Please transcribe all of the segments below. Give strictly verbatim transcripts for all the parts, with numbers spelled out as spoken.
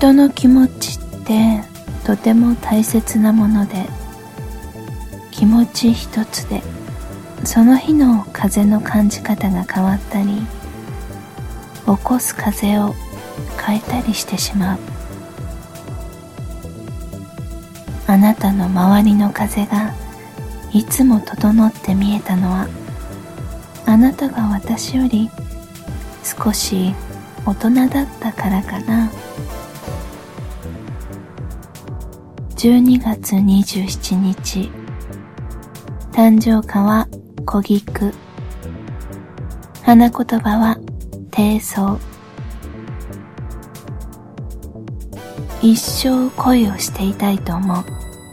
人の気持ちってとても大切なもので、気持ち一つでその日の風の感じ方が変わったり、起こす風を変えたりしてしまう。あなたの周りの風がいつも整って見えたのは、あなたが私より少し大人だったからかな。じゅうにがつにじゅうしちにち、誕生花は小菊、花言葉は低層。一生恋をしていたいと思う。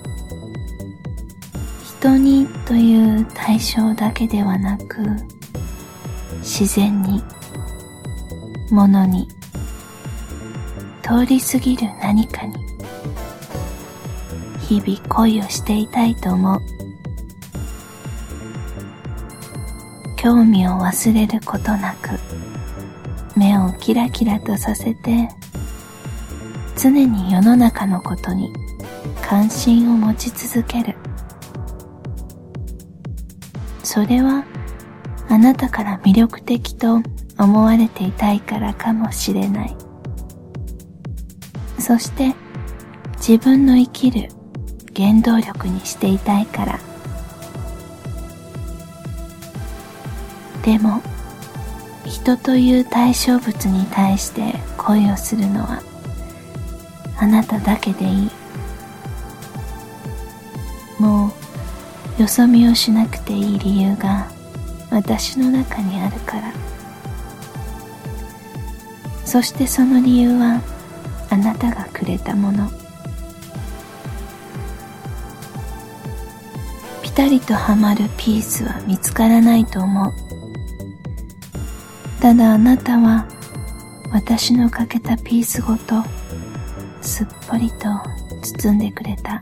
人にという対象だけではなく、自然に、物に、通り過ぎる何かに、日々恋をしていたいと思う。興味を忘れることなく、目をキラキラとさせて、常に世の中のことに関心を持ち続ける。それはあなたから魅力的と思われていたいからかもしれない。そして自分の生きる原動力にしていたいから。でも人という対象物に対して恋をするのはあなただけでいい。もうよそ見をしなくていい理由が私の中にあるから。そしてその理由はあなたがくれたもの。ピタリとはまるピースは見つからないと思う。ただあなたは私のかけたピースごとすっぽりと包んでくれた。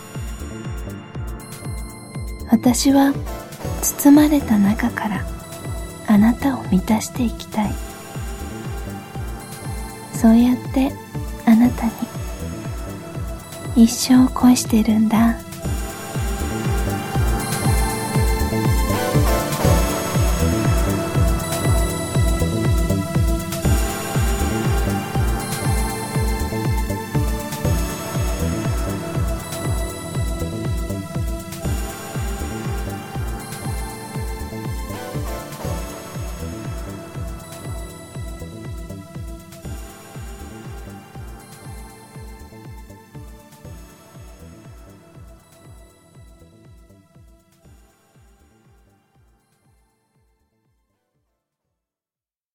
私は包まれた中からあなたを満たしていきたい。そうやってあなたに一生恋してるんだ。